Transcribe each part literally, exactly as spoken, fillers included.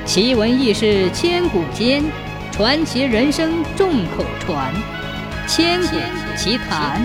奇闻异事千古间，传奇人生众口传。千古奇谈。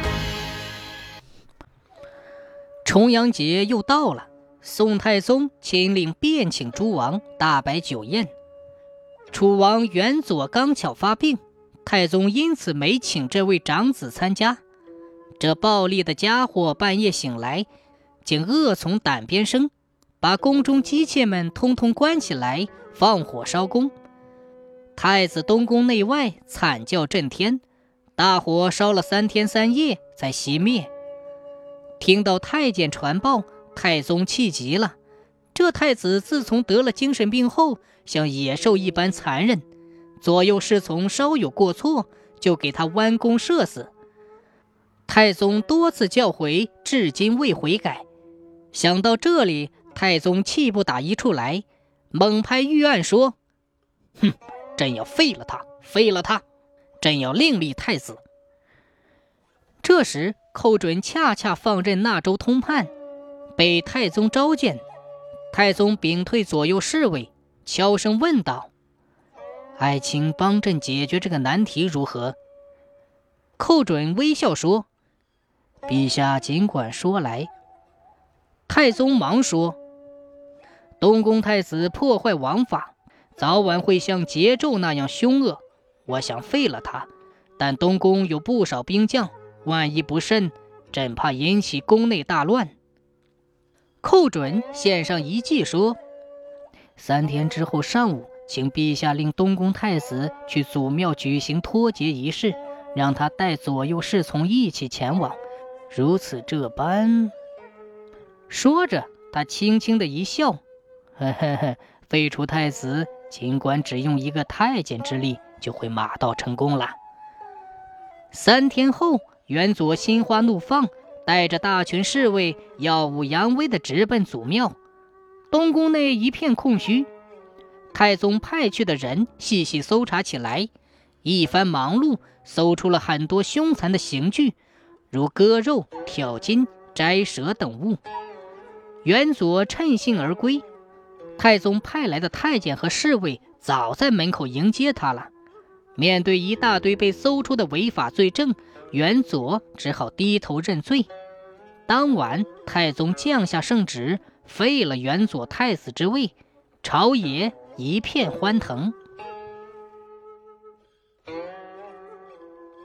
重阳节又到了，宋太宗亲令遍请诸王大摆酒宴。楚王元佐刚巧发病，太宗因此没请这位长子参加。这暴力的家伙半夜醒来，竟恶从胆边生，把宫中姬妾们通通关起来，放火烧宫。太子东宫内外惨叫震天，大火烧了三天三夜才熄灭。听到太监传报，太宗气急了。这太子自从得了精神病后，像野兽一般残忍，左右侍从稍有过错，就给他弯弓射死。太宗多次教诲，至今未悔改。想到这里，太宗气不打一处来，猛拍御案说：哼，朕要废了他，废了他，朕要另立太子。这时寇准恰恰放任纳州通判，被太宗召见。太宗屏退左右侍卫，悄声问道：爱卿帮朕解决这个难题如何？寇准微笑说：陛下尽管说来。太宗忙说：东宫太子破坏王法，早晚会像桀纣那样凶恶，我想废了他，但东宫有不少兵将，万一不慎，朕怕引起宫内大乱。寇准献上一计说：三天之后上午，请陛下令东宫太子去祖庙举行脱节仪式，让他带左右侍从一起前往，如此这般。说着他轻轻的一笑，呵呵呵，废除太子尽管只用一个太监之力，就会马到成功了。三天后，元佐心花怒放，带着大群侍卫耀武扬威地直奔祖庙。东宫内一片空虚，太宗派去的人细细搜查起来，一番忙碌，搜出了很多凶残的刑具，如割肉、挑筋、摘舌等物。元佐趁兴而归，太宗派来的太监和侍卫早在门口迎接他了。面对一大堆被搜出的违法罪证，元佐只好低头认罪。当晚，太宗降下圣旨，废了元佐太子之位，朝野一片欢腾。